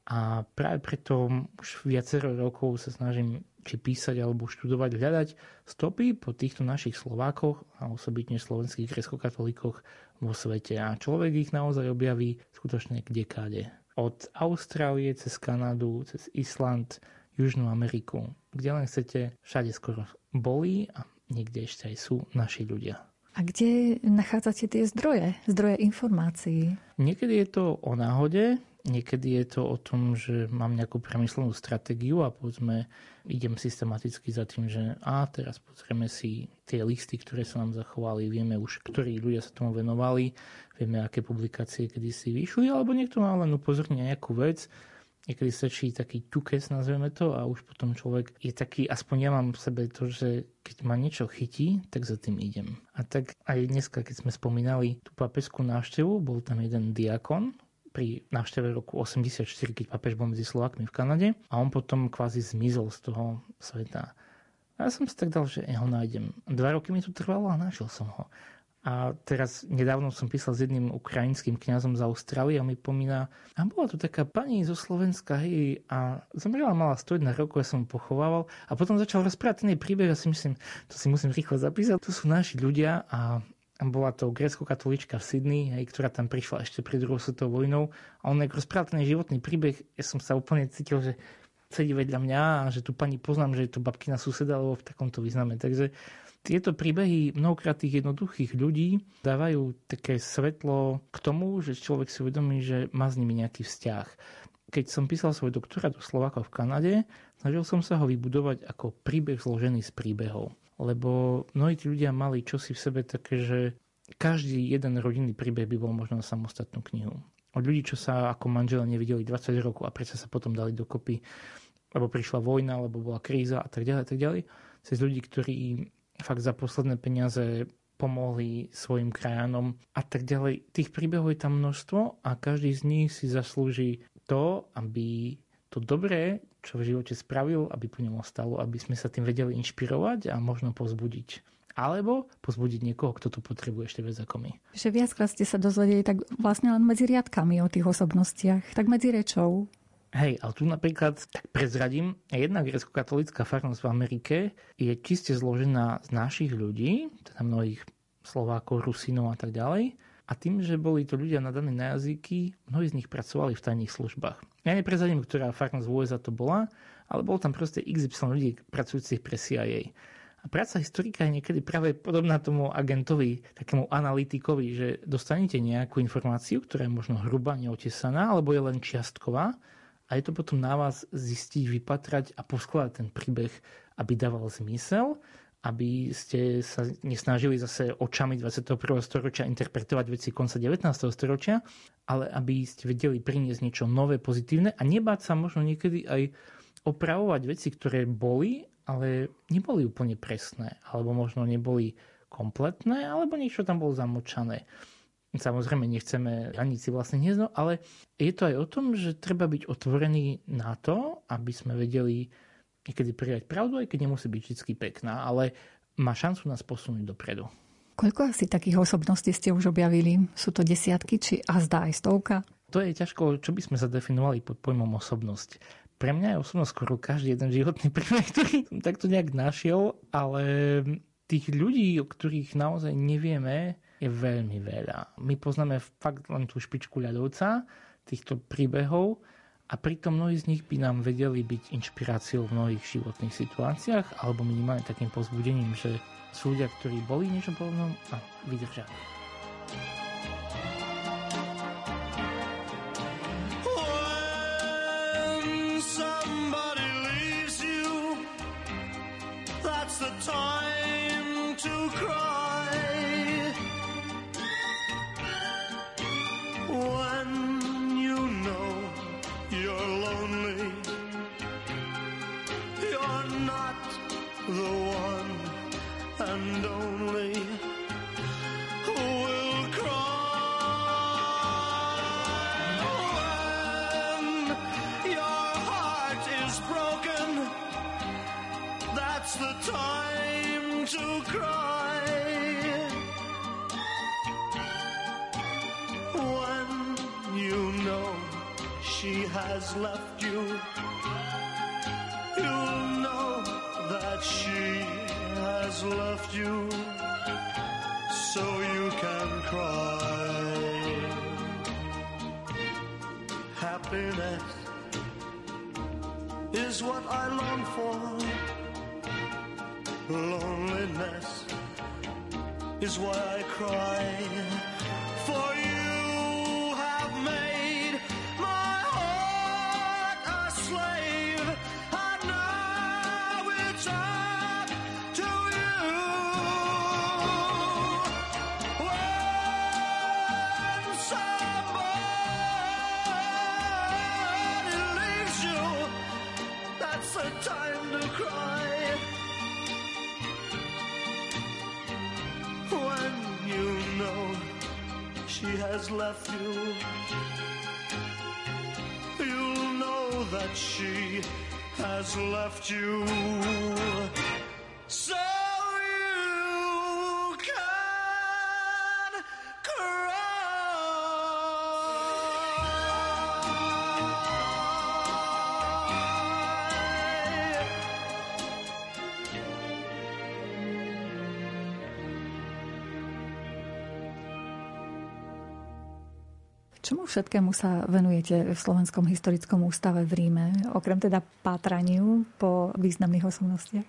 A práve preto už viacero rokov sa snažím či písať alebo študovať, hľadať stopy po týchto našich Slovákoch a osobitne slovenských gréckokatolíkoch vo svete. A človek ich naozaj objaví skutočne kdekáde. Od Austrálie cez Kanadu, cez Island, Južnú Ameriku. Kde len chcete, všade skoro boli a niekde ešte aj sú naši ľudia. A kde nachádzate tie zdroje, zdroje informácií? Niekedy je to o náhode, niekedy je to o tom, že mám nejakú premyslenú stratégiu a povedzme idem systematicky za tým, že a teraz pozrieme si tie listy, ktoré sa nám zachovali, vieme už, ktorí ľudia sa tomu venovali, vieme, aké publikácie kedysi vyšli, alebo niekto má len upozorniť na nejakú vec. Niekedy stačí taký ťukec, nazveme to, a už potom človek je taký, aspoň ja mám v sebe to, že keď ma niečo chytí, tak za tým idem. A tak aj dneska, keď sme spomínali tú pápežskú návštevu, bol tam jeden diakon pri návšteve roku osemdesiatštyri, keď pápež bol medzi Slovákmi v Kanade, a on potom kvázi zmizol z toho sveta. A ja som si tak dal, že ja ho nájdem. Dva roky mi to trvalo a našiel som ho. A teraz nedávno som písal s jedným ukrajinským kňazom z Austrálie a mi pomína, a bola tu taká pani zo Slovenska, hej, a zomrela, mala sto jeden rokov, ja som mu pochovával a potom začal rozprávať ten jej príbeh a si myslím, to si musím rýchlo zapísať. To sú naši ľudia a bola to grécko-katolíčka v Sydney, hej, ktorá tam prišla ešte pred druhou svetovou vojnou a on, jak rozprával ten životný príbeh, ja som sa úplne cítil, že sedí vedľa mňa a že tu pani poznám, že je to babkina suseda, alebo v takomto význame. Takže tieto príbehy mnohokrát tých jednoduchých ľudí dávajú také svetlo k tomu, že človek si uvedomí, že má s nimi nejaký vzťah. Keď som písal svoj doktorát do Slovákov v Kanade, snažil som sa ho vybudovať ako príbeh zložený z príbehov. Lebo mnohí tí ľudia mali čosi v sebe také, že každý jeden rodinný príbeh by bol možno na samostatnú knihu. Od ľudí, čo sa ako manžela nevideli dvadsať rokov a predsa sa potom dali dokopy, lebo prišla vojna, lebo bola kríza a tak ďalej, a tak ďalej. Cez ľudí, ktorí fakt za posledné peniaze pomohli svojim krajanom a tak ďalej. Tých príbehov je tam množstvo a každý z nich si zaslúži to, aby to dobré, čo v živote spravil, aby po ňom ostalo, aby sme sa tým vedeli inšpirovať a možno povzbudiť. Alebo pozbudiť niekoho, kto to potrebuje ešte viac ako my. Že viackrát ste sa dozvedeli tak vlastne len medzi riadkami o tých osobnostiach, tak medzi rečou. Hej, ale tu napríklad, tak prezradím, jedna grécko-katolícka farnosť v Amerike je čiste zložená z našich ľudí, teda mnohých Slovákov, Rusínov a tak ďalej. A tým, že boli to ľudia nadaní na jazyky, mnohí z nich pracovali v tajných službách. Ja neprezradím, ktorá farnosť v ú es á to bola, ale bol tam proste iks ypsilon ľudí pracujúcich pre C I A. A práca historika je niekedy práve podobná tomu agentovi, takému analytikovi, že dostanete nejakú informáciu, ktorá je možno hrubá, neotesaná, alebo je len čiastková. A je to potom na vás zistiť, vypatrať a poskladať ten príbeh, aby dával zmysel, aby ste sa nesnažili zase očami dvadsiateho prvého storočia interpretovať veci konca devätnásteho storočia, ale aby ste vedeli priniesť niečo nové, pozitívne a nebáť sa možno niekedy aj opravovať veci, ktoré boli, ale neboli úplne presné, alebo možno neboli kompletné, alebo niečo tam bolo zamočané. Samozrejme, nechceme raniť si vlastne hniezdo, ale je to aj o tom, že treba byť otvorený na to, aby sme vedeli niekedy prijať pravdu, aj keď nemusí byť vždy pekná, ale má šancu nás posunúť dopredu. Koľko asi takých osobností ste už objavili? Sú to desiatky, či azda aj stovka? To je ťažko, čo by sme zadefinovali pod pojmom osobnosť. Pre mňa je osobno skoro každý jeden životný príbeh, ktorý som takto nejak našiel, ale tých ľudí, o ktorých naozaj nevieme, je veľmi veľa. My poznáme fakt len tú špičku ľadovca týchto príbehov a pritom mnohí z nich by nám vedeli byť inšpiráciou v mnohých životných situáciách alebo minimálne takým povzbudením, že sú ľudia, ktorí boli niečo podobnom a vydržali. Has left you, you'll know that she has left you, so you can cry. Happiness is what I long for. Loneliness is why I cry. For you has left you, you'll know that she has left you, so you can cry. Čomu všetkému sa venujete v Slovenskom historickom ústave v Ríme, okrem teda pátraniu po významných osobnostiach?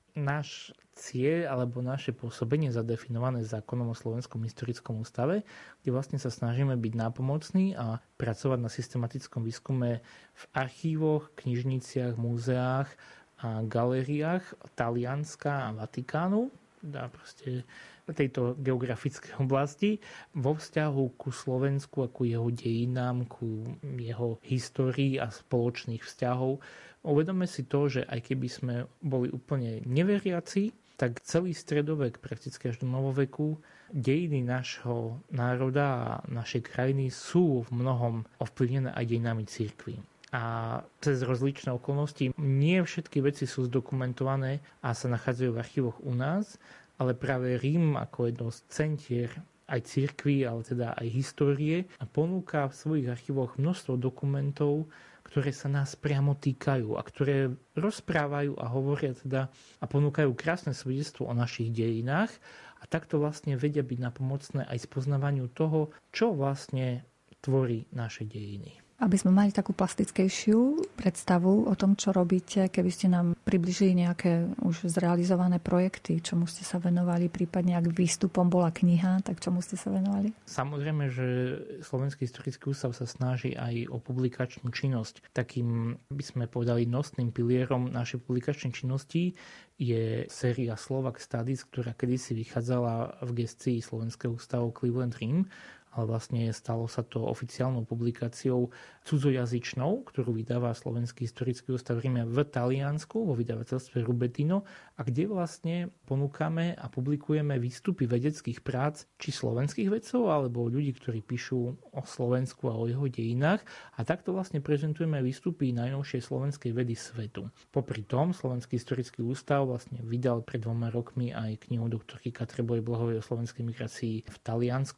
Náš cieľ alebo naše pôsobenie zadefinované zákonom o Slovenskom historickom ústave, kde vlastne sa snažíme byť nápomocní a pracovať na systematickom výskume v archívoch, knižniciach, múzeách a galériách Talianska a Vatikánu, teda proste tejto geografickej oblasti vo vzťahu ku Slovensku a ku jeho dejinám, ku jeho histórii a spoločných vzťahov. Uvedome si to, že aj keby sme boli úplne neveriaci, tak celý stredovek, prakticky až do novoveku, dejiny nášho národa a našej krajiny sú v mnohom ovplyvnené aj dejinami cirkvi. A cez rozličné okolnosti nie všetky veci sú zdokumentované a sa nachádzajú v archívoch u nás, ale práve Rím ako jedno z centier aj cirkvi, ale teda aj histórie a ponúka v svojich archívoch množstvo dokumentov, ktoré sa nás priamo týkajú a ktoré rozprávajú a hovoria teda a ponúkajú krásne svedectvo o našich dejinách a takto vlastne vedia byť napomocné aj spoznávaniu toho, čo vlastne tvorí naše dejiny. Aby sme mali takú plastickejšiu predstavu o tom, čo robíte, keby ste nám približili nejaké už zrealizované projekty, čomu ste sa venovali, prípadne ak výstupom bola kniha, tak čomu ste sa venovali? Samozrejme, že Slovenský historický ústav sa snaží aj o publikačnú činnosť. Takým, by sme povedali, nosným pilierom našej publikačnej činnosti je séria Slovak Studies, ktorá kedysi vychádzala v gestii Slovenského ústavu Cleveland Rím, ale vlastne stalo sa to oficiálnou publikáciou cudzojazyčnou, ktorú vydáva Slovenský historický ústav v Ríme v Taliansku, vo vydavateľstve Rubetino, a kde vlastne ponúkame a publikujeme výstupy vedeckých prác, či slovenských vedcov, alebo ľudí, ktorí píšu o Slovensku a o jeho dejinách. A takto vlastne prezentujeme výstupy najnovšej slovenskej vedy svetu. Popri tom Slovenský historický ústav vlastne vydal pred dvoma rokmi aj knihu doktorky Katre Boj-Blahovej o slovenskej migrácii v Taliansku.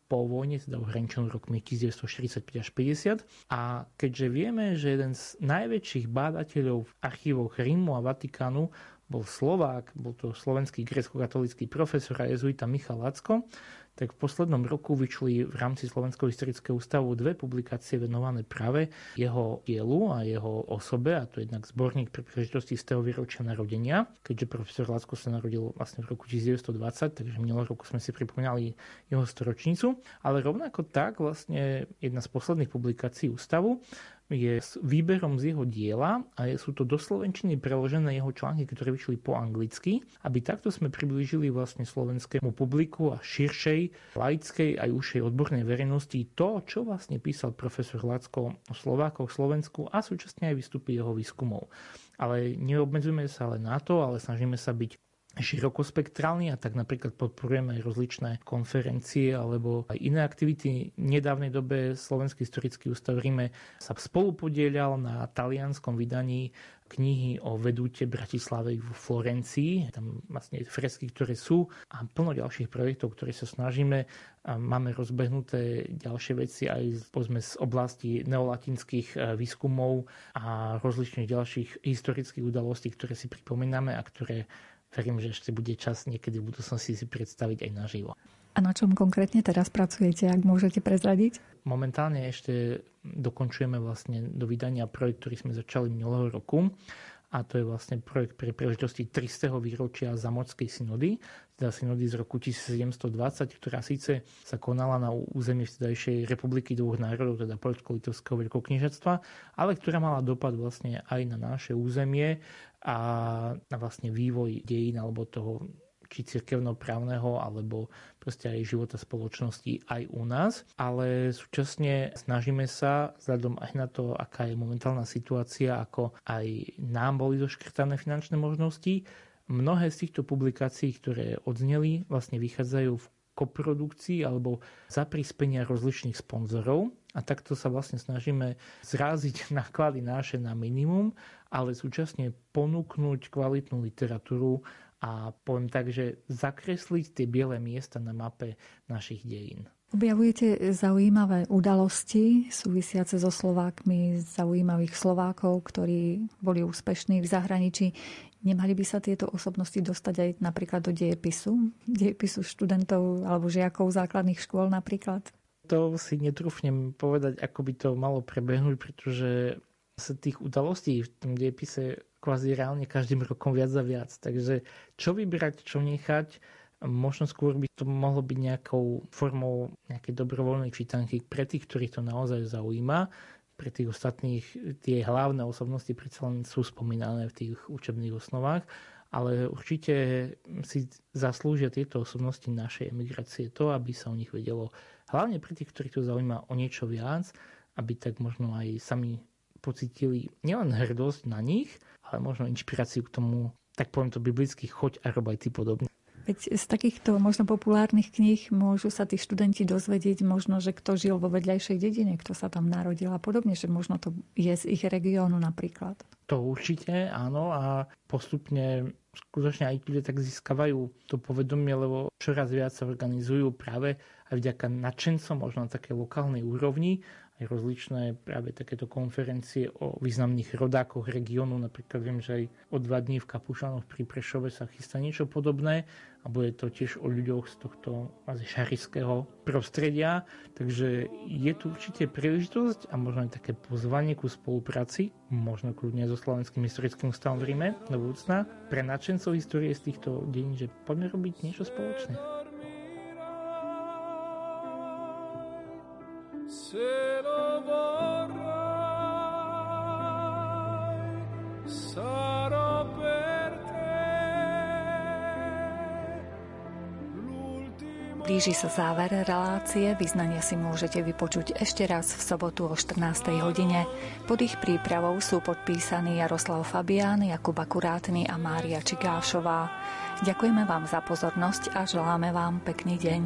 po vojne, teda ohraničenú rokmi devätnásťstoštyridsaťpäť až päťdesiat. A keďže vieme, že jeden z najväčších bádateľov v archívoch Rímu a Vatikánu bol Slovák, bol to slovenský grécko-katolícky profesor a jezuita Michal Lacko, tak v poslednom roku vyšli v rámci Slovenského historického ústavu dve publikácie venované práve jeho dielu a jeho osobe, a to je jednak zborník pre príležitosti stého výročia narodenia, keďže profesor Lacko sa narodil vlastne v roku devätnásťstodvadsať, takže minulého roku sme si pripomínali jeho storočnicu, ale rovnako tak vlastne jedna z posledných publikácií ústavu je s výberom z jeho diela a sú to do slovenčiny preložené jeho články, ktoré vyšli po anglicky, aby takto sme priblížili vlastne slovenskému publiku a širšej, laickej aj užšej odbornej verejnosti to, čo vlastne písal profesor Lacko o Slovákoch, Slovensku a súčasne aj výstupy jeho výskumov. Ale neobmedzujeme sa ale na to, ale snažíme sa byť širokospektrálny a tak napríklad podporujeme aj rozličné konferencie alebo aj iné aktivity. V nedávnej dobe Slovenský historický ústav v Ríme sa spolupodielal na talianskom vydaní knihy o vedúte Bratislavy v Florencii. Tam vlastne fresky, ktoré sú a plno ďalších projektov, ktoré sa snažíme. A máme rozbehnuté ďalšie veci aj povedzme z oblasti neolatinských výskumov a rozličných ďalších historických udalostí, ktoré si pripomíname a ktoré verím, že ešte bude čas niekedy v budúcnosti si predstaviť aj naživo. A na čom konkrétne teraz pracujete, ak môžete prezradiť? Momentálne ešte dokončujeme vlastne do vydania projekt, ktorý sme začali minulého roku. A to je vlastne projekt pre príležitosti tristoho výročia Zámořskej synody, teda synody z roku tisícsedemstodvadsať, ktorá síce sa konala na území vtedajšej republiky dvoch národov, teda Poľsko-Litovského veľkokniežatstva, ale ktorá mala dopad vlastne aj na naše územie a na vlastne vývoj dejín alebo toho či cirkevnoprávneho, alebo proste aj života spoločnosti aj u nás. Ale súčasne snažíme sa, vzhľadom aj na to, aká je momentálna situácia, ako aj nám boli zoškrtané finančné možnosti, mnohé z týchto publikácií, ktoré odzneli, vlastne vychádzajú v koprodukcii alebo za prispenia rozličných sponzorov. A takto sa vlastne snažíme zráziť náklady naše na minimum, ale súčasne ponúknuť kvalitnú literatúru a poviem tak, že zakresliť tie biele miesta na mape našich dejín. Objavujete zaujímavé udalosti súvisiace so Slovákmi, zaujímavých Slovákov, ktorí boli úspešní v zahraničí. Nemali by sa tieto osobnosti dostať aj napríklad do dejepisu? Dejepisu študentov alebo žiakov základných škôl napríklad? To si netrúfnem povedať, ako by to malo prebehnúť, pretože sa tých udalostí v tom dejepise kvázi reálne každým rokom viac a viac. Takže čo vybrať, čo nechať, možno skôr by to mohlo byť nejakou formou nejakej dobrovoľnej čítanky pre tých, ktorých to naozaj zaujíma. Pre tých ostatných tie hlavné osobnosti predsa len sú spomínané v tých učebných osnovách, ale určite si zaslúžia tieto osobnosti našej emigrácie to, aby sa o nich vedelo, hlavne pre tých, ktorých to zaujíma, o niečo viac, aby tak možno aj sami pocítili nielen hrdosť na nich, ale možno inšpiráciu k tomu, tak poviem to biblicky, choď a rob aj ty podobne. Veď z takýchto možno populárnych kníh môžu sa tí študenti dozvedieť možno, že kto žil vo vedľajšej dedine, kto sa tam narodil a podobne, že možno to je z ich regiónu napríklad. To určite, áno, a postupne skutočne aj ľudia tak získavajú to povedomie, lebo čoraz viac sa organizujú práve aj vďaka nadšencom, možno na takej lokálnej úrovni, aj rozličné práve takéto konferencie o významných rodákoch regiónu. Napríklad viem, že aj o dva dní v Kapušanoch pri Prešove sa chystá niečo podobné a bude to tiež o ľuďoch z tohto šarišského prostredia. Takže je tu určite príležitosť a možno aj také pozvanie ku spolupráci, možno kľudne so Slovenským historickým ústavom v Ríme do budúcna, pre nadšencov histórie z týchto dejín, že poďme robiť niečo spoločné. Se lo vorrai, sarò per te. Blíži sa záver relácie, vyznania si môžete vypočuť ešte raz v sobotu o štrnástej hodine. Pod ich prípravou sú podpísaní Jaroslav Fabián, Jakub Akurátny a Mária Čigášová. Ďakujeme vám za pozornosť a želáme vám pekný deň.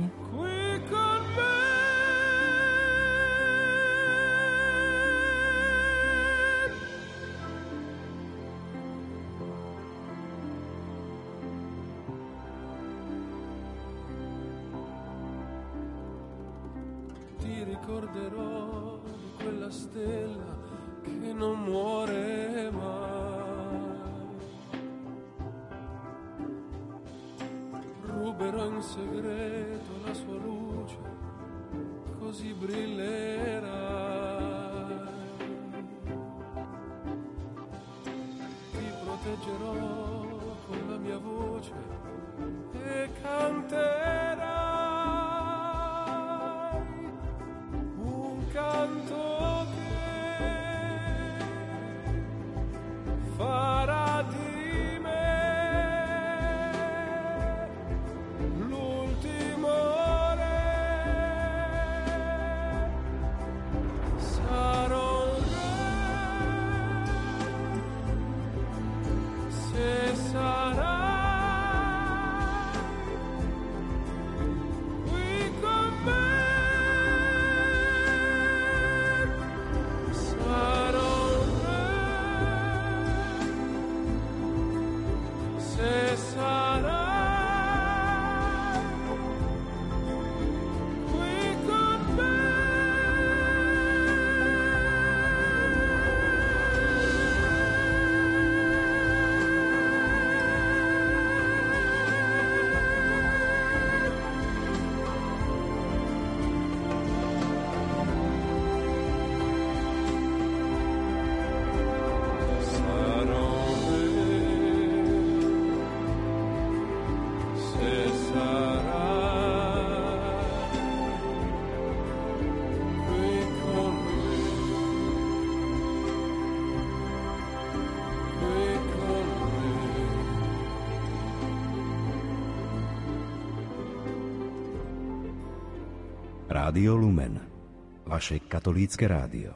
ti ricorderò di quella stella che non muore mai. Ruberò in segreto la sua luce, così brillerai. Ti proteggerò con la mia voce e canterai un canto che farà di me l'ultimo re. Sarò un re se sarà Rádio Lumen, vaše katolícke rádio.